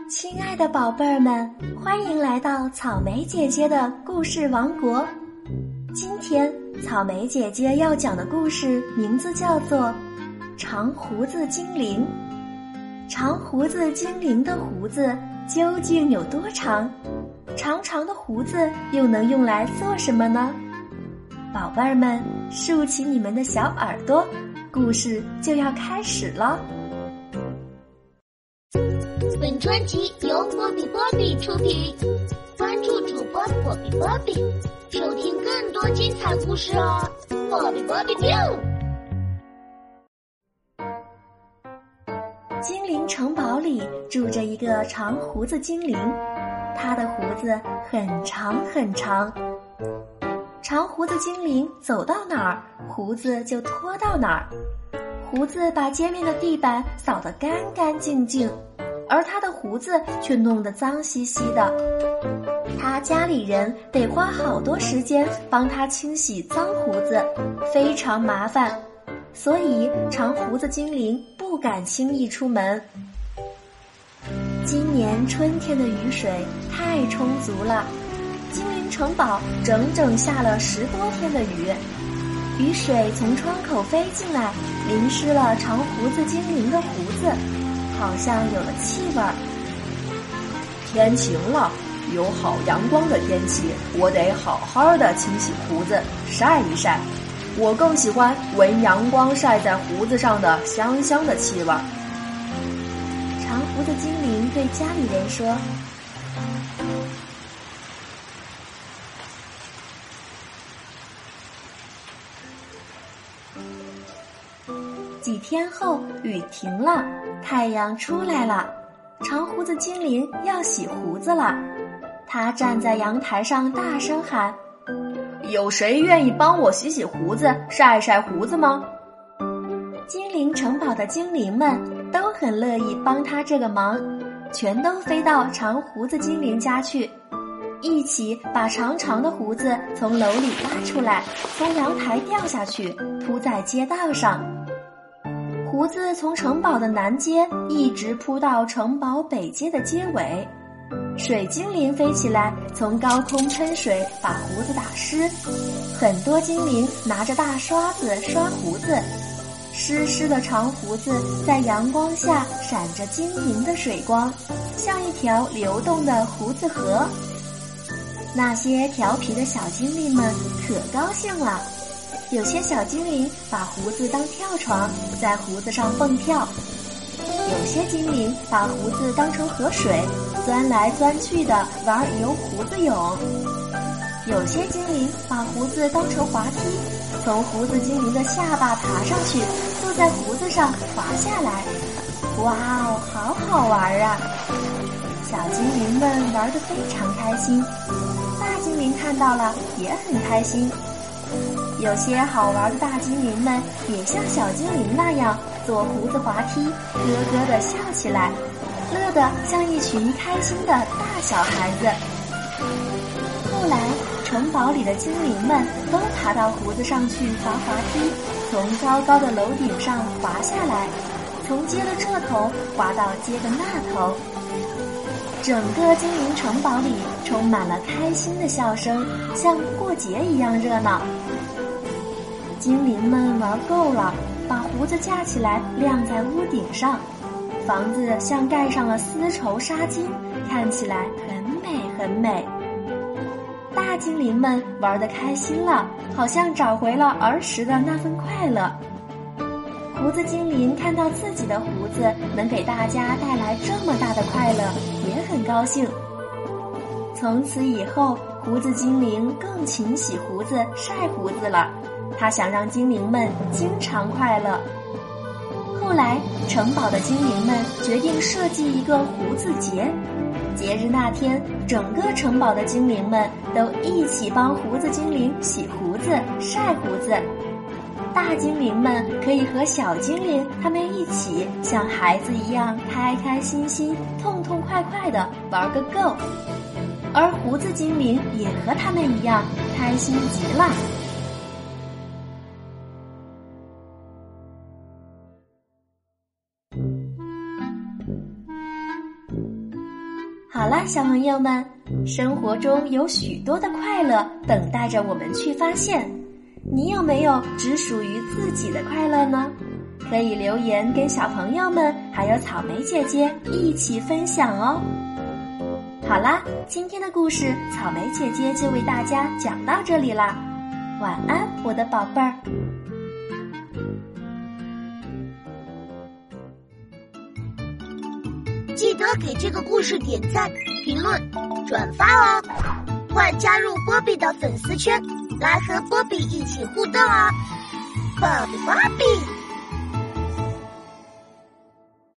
亲爱的宝贝儿们，欢迎来到草莓姐姐的故事王国。今天草莓姐姐要讲的故事名字叫做《长胡子精灵》。长胡子精灵的胡子究竟有多长？长长的胡子又能用来做什么呢？宝贝儿们，竖起你们的小耳朵，故事就要开始了。 本专辑由波比出品，关注主播波比，收听更多精彩故事哦！波比精灵城堡里住着一个长胡子精灵，他的胡子很长很长。长胡子精灵走到哪儿，胡子就拖到哪儿。胡子把街面的地板扫得干干净净，而他的胡子却弄得脏兮兮的。他家里人得花好多时间帮他清洗脏胡子，非常麻烦，所以长胡子精灵不敢轻易出门。今年春天的雨水太充足了，精灵城堡整整下了10多天的雨，雨水从窗口飞进来，淋湿了长胡子精灵的胡子，好像有了气味儿。 天晴了，有好阳光的天气，我得好好的清洗胡子，晒一晒。我更喜欢闻阳光晒在胡子上的香香的气味。 长胡子精灵对家里人说。几天后，雨停了，太阳出来了，长胡子精灵要洗胡子了。他站在阳台上大声喊： 有谁愿意帮我洗洗胡子，晒晒胡子吗？ 精灵城堡的精灵们都很乐意帮他这个忙，全都飞到长胡子精灵家去，一起把长长的胡子从篓里拉出来，从阳台掉下去，铺在街道上。胡子从城堡的南街一直铺到城堡北街的街尾，水精灵飞起来，从高空喷水把胡子打湿。很多精灵拿着大刷子刷胡子，湿湿的长胡子在阳光下闪着晶莹的水光，像一条流动的胡子河。那些调皮的小精灵们可高兴了，有些小精灵把胡子当跳床，在胡子上蹦跳；有些精灵把胡子当成河水，钻来钻去的玩游胡子泳；有些精灵把胡子当成滑梯，从胡子精灵的下巴爬上去，坐在胡子上滑下来。哇哦，好好玩啊！小精灵们玩得非常开心，大精灵看到了也很开心。有些好玩的大精灵们也像小精灵那样坐胡子滑梯，咯咯地笑起来，乐得像一群开心的大小孩子。后来城堡里的精灵们都爬到胡子上去滑滑梯，从高高的楼顶上滑下来，从街的这头滑到街的那头。整个精灵城堡里充满了开心的笑声，像过节一样热闹。精灵们玩够了，把胡子架起来晾在屋顶上，房子像盖上了丝绸纱巾，看起来很美很美。大精灵们玩得开心了，好像找回了儿时的那份快乐。胡子精灵看到自己的胡子能给大家带来这么大的快乐，也很高兴。从此以后，胡子精灵更勤洗胡子晒胡子了，他想让精灵们经常快乐。后来城堡的精灵们决定设计一个胡子节，节日那天整个城堡的精灵们都一起帮胡子精灵洗胡子晒胡子。大精灵们可以和小精灵他们一起像孩子一样开开心心痛痛快快地玩个够，而胡子精灵也和他们一样开心极了。 好啦，小朋友们，生活中有许多的快乐等待着我们去发现。你有没有只属于自己的快乐呢？可以留言跟小朋友们还有草莓姐姐一起分享哦。好啦，今天的故事草莓姐姐就为大家讲到这里啦。晚安，我的宝贝儿。 记得给这个故事点赞、评论、转发哦！快加入波比的粉丝圈，来和波比一起互动哦！波比。